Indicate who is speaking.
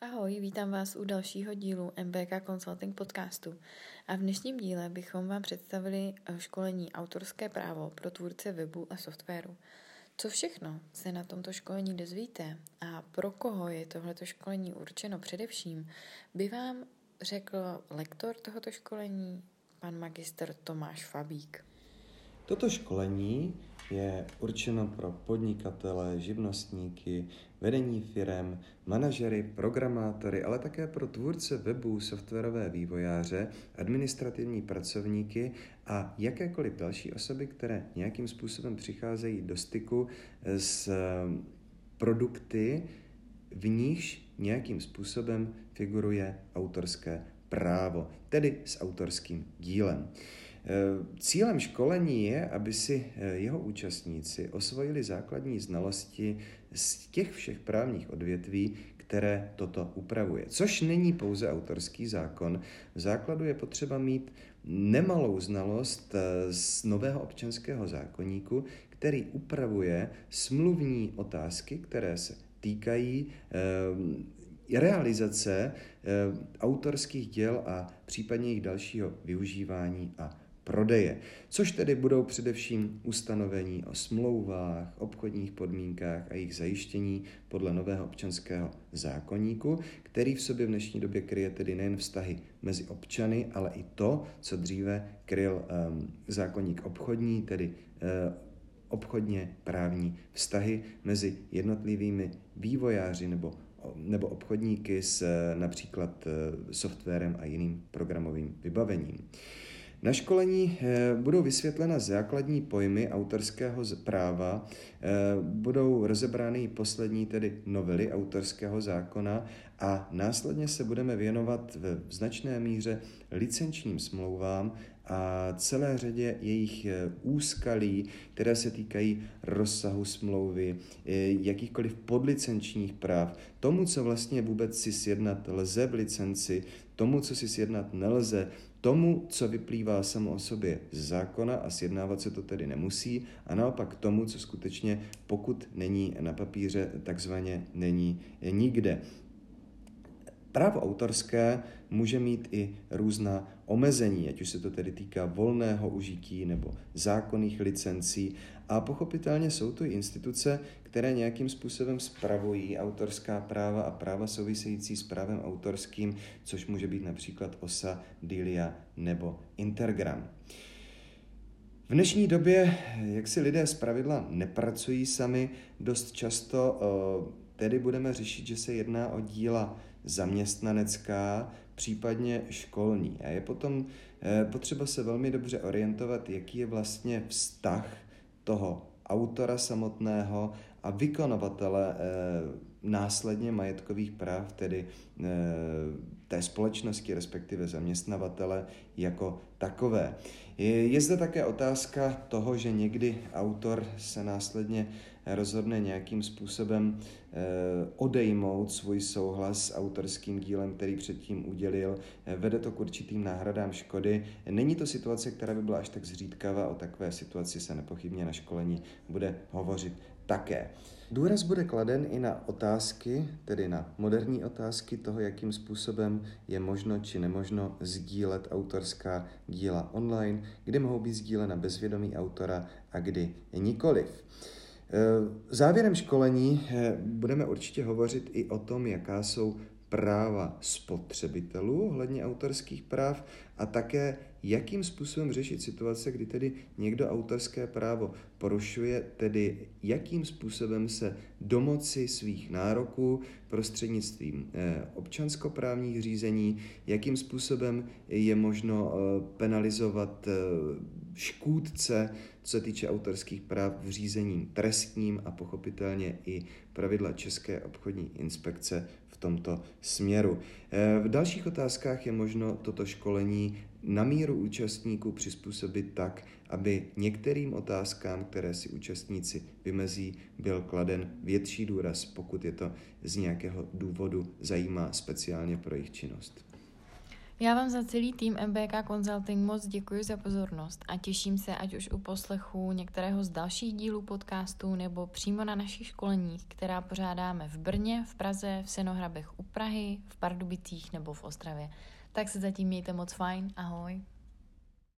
Speaker 1: Ahoj, vítám vás u dalšího dílu MBK Consulting podcastu. A v dnešním díle bychom vám představili školení Autorské právo pro tvůrce webu a softwaru. Co všechno se na tomto školení dozvíte a pro koho je tohleto školení určeno především, by vám řekl lektor tohoto školení, pan magistr Tomáš Fabík.
Speaker 2: Toto školení je určeno pro podnikatele, živnostníky, vedení firem, manažery, programátory, ale také pro tvůrce webů, softwarové vývojáře, administrativní pracovníky a jakékoliv další osoby, které nějakým způsobem přicházejí do styku s produkty, v nichž nějakým způsobem figuruje autorské právo, tedy s autorským dílem. Cílem školení je, aby si jeho účastníci osvojili základní znalosti z těch všech právních odvětví, které toto upravuje. Což není pouze autorský zákon. V základu je potřeba mít nemalou znalost z nového občanského zákoníku, který upravuje smluvní otázky, které se týkají realizace autorských děl a případně jejich dalšího využívání a prodeje, což tedy budou především ustanovení o smlouvách, obchodních podmínkách a jejich zajištění podle nového občanského zákoníku, který v sobě v dnešní době kryje tedy nejen vztahy mezi občany, ale i to, co dříve kryl zákoník obchodní, tedy obchodně právní vztahy mezi jednotlivými vývojáři nebo obchodníky s například softwarem a jiným programovým vybavením. Na školení budou vysvětlena základní pojmy autorského práva, budou rozebrány poslední tedy novely autorského zákona a následně se budeme věnovat v značné míře licenčním smlouvám a celé řadě jejich úskalí, které se týkají rozsahu smlouvy, jakýchkoliv podlicenčních práv, tomu, co vlastně vůbec si sjednat lze v licenci, tomu, co si sjednat nelze, tomu, co vyplývá samo o sobě z zákona a sjednávat se to tedy nemusí, a naopak tomu, co skutečně, pokud není na papíře, takzvaně není nikde. Právo autorské může mít i různá omezení, ať už se to tedy týká volného užití nebo zákonných licencí, a pochopitelně jsou to i instituce, které nějakým způsobem spravují autorská práva a práva související s právem autorským, což může být například OSA, DILIA nebo Intergram. V dnešní době, jak si lidé zpravidla nepracují sami, dost často tedy budeme řešit, že se jedná o díla zaměstnanecká, případně školní. A je potom potřeba se velmi dobře orientovat, jaký je vlastně vztah toho autora samotného a vykonavatele následně majetkových práv, tedy té společnosti, respektive zaměstnavatele jako takové. Je zde také otázka toho, že někdy autor se následně rozhodne nějakým způsobem odejmout svůj souhlas s autorským dílem, který předtím udělil. Vede to k určitým náhradám škody. Není to situace, která by byla až tak zřídkavá, o takové situaci se nepochybně na školení bude hovořit také. Důraz bude kladen i na otázky, tedy na moderní otázky toho, jakým způsobem je možno či nemožno sdílet autorská díla online, kdy mohou být sdílena bez vědomí autora a kdy nikoliv. Závěrem školení budeme určitě hovořit i o tom, jaká jsou práva spotřebitelů ohledně autorských práv a také jakým způsobem řešit situace, kdy tedy někdo autorské právo porušuje, tedy jakým způsobem se domoci svých nároků prostřednictvím občanskoprávních řízení, jakým způsobem je možno penalizovat škůdce, co se týče autorských práv v řízení trestním a pochopitelně i pravidla České obchodní inspekce v tomto směru. V dalších otázkách je možno toto školení na míru účastníků přizpůsobit tak, aby některým otázkám, které si účastníci vymezí, byl kladen větší důraz, pokud je to z nějakého důvodu zajímá speciálně pro jejich činnost.
Speaker 1: Já vám za celý tým MBK Consulting moc děkuji za pozornost a těším se, ať už u poslechu některého z dalších dílů podcastu nebo přímo na našich školeních, která pořádáme v Brně, v Praze, v Senohrabech u Prahy, v Pardubicích nebo v Ostravě. Tak se zatím mějte moc fajn, ahoj.